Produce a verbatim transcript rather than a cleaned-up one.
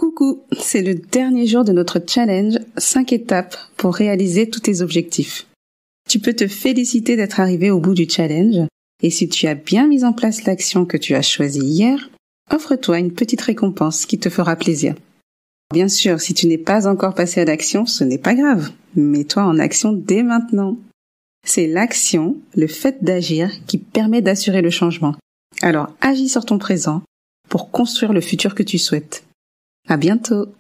Coucou, c'est le dernier jour de notre challenge cinq étapes pour réaliser tous tes objectifs. Tu peux te féliciter d'être arrivé au bout du challenge et si tu as bien mis en place l'action que tu as choisie hier, offre-toi une petite récompense qui te fera plaisir. Bien sûr, si tu n'es pas encore passé à l'action, ce n'est pas grave. Mets-toi en action dès maintenant. C'est l'action, le fait d'agir, qui permet d'assurer le changement. Alors agis sur ton présent pour construire le futur que tu souhaites. À bientôt!